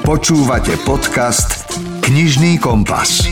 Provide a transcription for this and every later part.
Počúvate podcast Knižný kompas.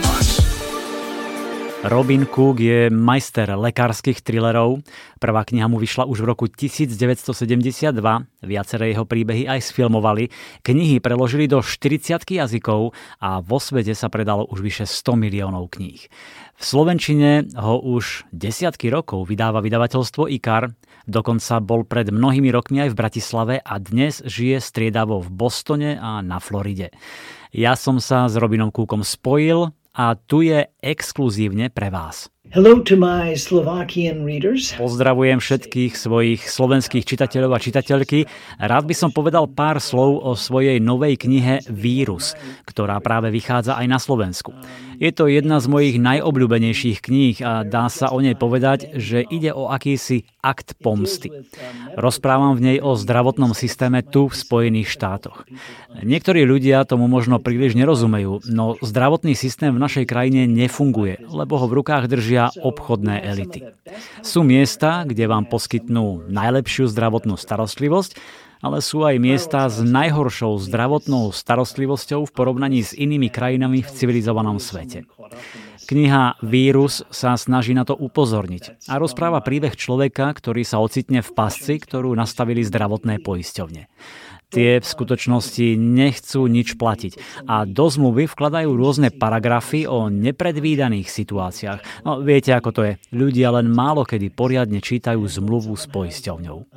Robin Cook je majster lekárskych thrillerov. Prvá kniha mu vyšla už v roku 1972. Viaceré jeho príbehy aj sfilmovali. Knihy preložili do 40 jazykov a vo svete sa predalo už vyše 100 miliónov kníh. V slovenčine ho už desiatky rokov vydáva vydavateľstvo IKAR. Dokonca bol pred mnohými rokmi aj v Bratislave a dnes žije striedavo v Bostone a na Floride. Ja som sa s Robinom Cookom spojil a tu je exkluzívne pre vás. Hello to my Slovakian readers. Pozdravujem všetkých svojich slovenských čitateľov a čitateľky. Rád by som povedal pár slov o svojej novej knihe Vírus, ktorá práve vychádza aj na Slovensku. Je to jedna z mojich najobľúbenejších kníh a dá sa o nej povedať, že ide o akýsi akt pomsty. Rozprávam v nej o zdravotnom systéme tu v Spojených štátoch. Niektorí ľudia tomu možno príliš nerozumejú, no zdravotný systém v našej krajine nefunguje, lebo ho v rukách držia obchodné elity. Sú miesta, kde vám poskytnú najlepšiu zdravotnú starostlivosť, ale sú aj miesta s najhoršou zdravotnou starostlivosťou v porovnaní s inými krajinami v civilizovanom svete. Kniha Vírus sa snaží na to upozorniť a rozpráva príbeh človeka, ktorý sa ocitne v pasci, ktorú nastavili zdravotné poisťovne. Tie v skutočnosti nechcú nič platiť a do zmluvy vkladajú rôzne paragrafy o nepredvídaných situáciách. No viete, ako to je. Ľudia len málo kedy poriadne čítajú zmluvu s poisťovňou.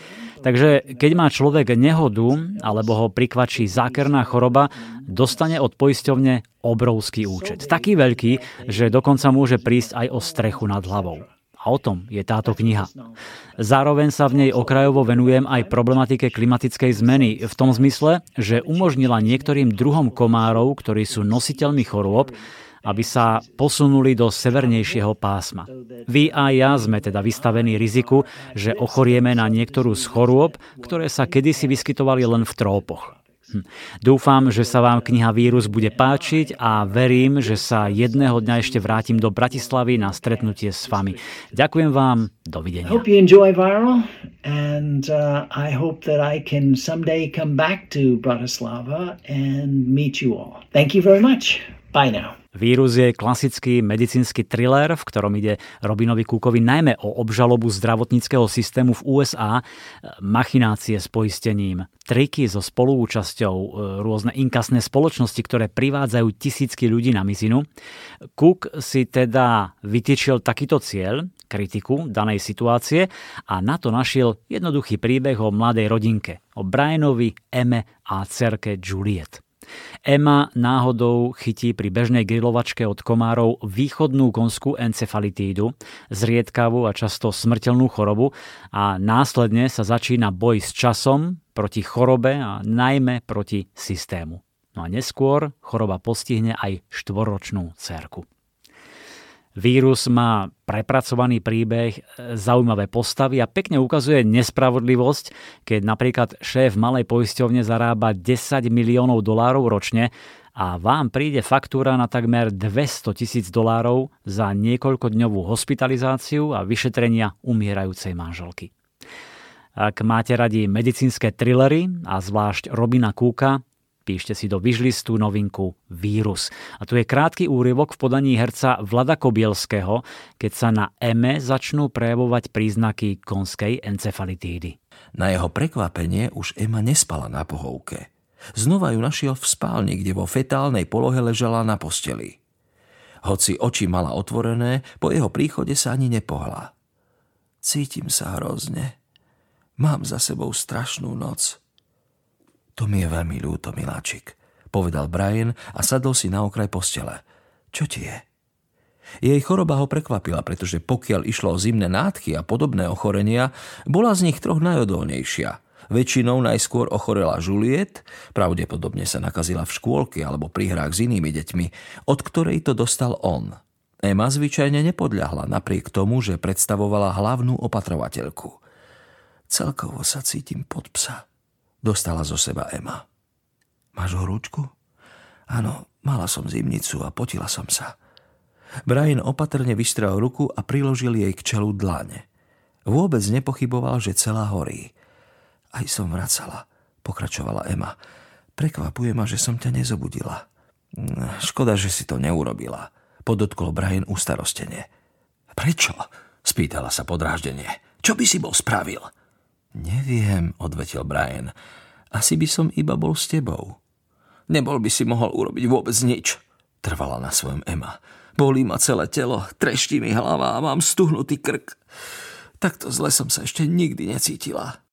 Takže keď má človek nehodu alebo ho prikvačí zákerná choroba, dostane od poisťovne obrovský účet. Taký veľký, že dokonca môže prísť aj o strechu nad hlavou. A o tom je táto kniha. Zároveň sa v nej okrajovo venujem aj problematike klimatickej zmeny v tom zmysle, že umožnila niektorým druhom komárov, ktorí sú nositeľmi chorôb, aby sa posunuli do severnejšieho pásma. Vy a ja sme teda vystavení riziku, že ochorieme na niektorú z chorôb, ktoré sa kedysi vyskytovali len v trópoch. Dúfam, že sa vám kniha Vírus bude páčiť a verím, že sa jedného dňa ešte vrátim do Bratislavy na stretnutie s vami. Ďakujem vám, dovidenia. Hope you enjoy Viral and I hope that I can someday come back to Bratislava and meet you all. Thank you very much. Bye now. Vírus je klasický medicínsky thriller, v ktorom ide Robinovi Cookovi najmä o obžalobu zdravotníckeho systému v USA, machinácie s poistením, triky so spoluúčasťou, rôzne inkasné spoločnosti, ktoré privádzajú tisícky ľudí na mizinu. Cook si teda vytýčil takýto cieľ, kritiku danej situácie a na to našiel jednoduchý príbeh o mladej rodinke, o Brianovi, Emme a dcerke Juliet. Emma náhodou chytí pri bežnej grilovačke od komárov východnú konskú encefalitídu, zriedkavú a často smrteľnú chorobu a následne sa začína boj s časom proti chorobe a najmä proti systému. No a neskôr choroba postihne aj 4-ročnú dcérku. Vírus má prepracovaný príbeh, zaujímavé postavy a pekne ukazuje nespravodlivosť, keď napríklad šéf malej poisťovne zarába $10 miliónov ročne a vám príde faktúra na takmer $200,000 za niekoľkodňovú hospitalizáciu a vyšetrenia umierajúcej manželky. Ak máte radi medicínske thrillery a zvlášť Robina Cooka, píšte si do wishlistu novinku Vírus. A tu je krátky úryvok v podaní herca Vlada Kobielského, keď sa na Eme začnú prejavovať príznaky konskej encefalitídy. Na jeho prekvapenie už Emma nespala na pohovke. Znova ju našiel v spálni, kde vo fetálnej polohe ležala na posteli. Hoci oči mala otvorené, po jeho príchode sa ani nepohla. Cítim sa hrozne. Mám za sebou strašnú noc. To mi je veľmi ľúto, miláčik, povedal Brian a sadol si na okraj postele. Čo ti je? Jej choroba ho prekvapila, pretože pokiaľ išlo o zimné nádchy a podobné ochorenia, bola z nich troch najodolnejšia. Väčšinou najskôr ochorela Juliet, pravdepodobne sa nakazila v škôlke alebo pri hrách s inými deťmi, od ktorej to dostal on. Emma zvyčajne nepodľahla napriek tomu, že predstavovala hlavnú opatrovateľku. Celkovo sa cítim pod psa. Dostala zo seba Emma. Máš horúčku? Áno, mala som zimnicu a potila som sa. Brian opatrne vystrel ruku a priložil jej k čelu dlane. Vôbec nepochyboval, že celá horí. Aj som vracala, pokračovala Emma. Prekvapuje ma, že som ťa nezobudila. Škoda, že si to neurobila, podotkol Brian ustarostene. Prečo? Spýtala sa podráždenie. Čo by si bol spravil? Neviem, odvetil Brian. Asi by som iba bol s tebou. Nebol by si mohol urobiť vôbec nič, trvala na svojom Emma. Bolí ma celé telo, treští mi hlava a mám stuhnutý krk. Takto zle som sa ešte nikdy necítila.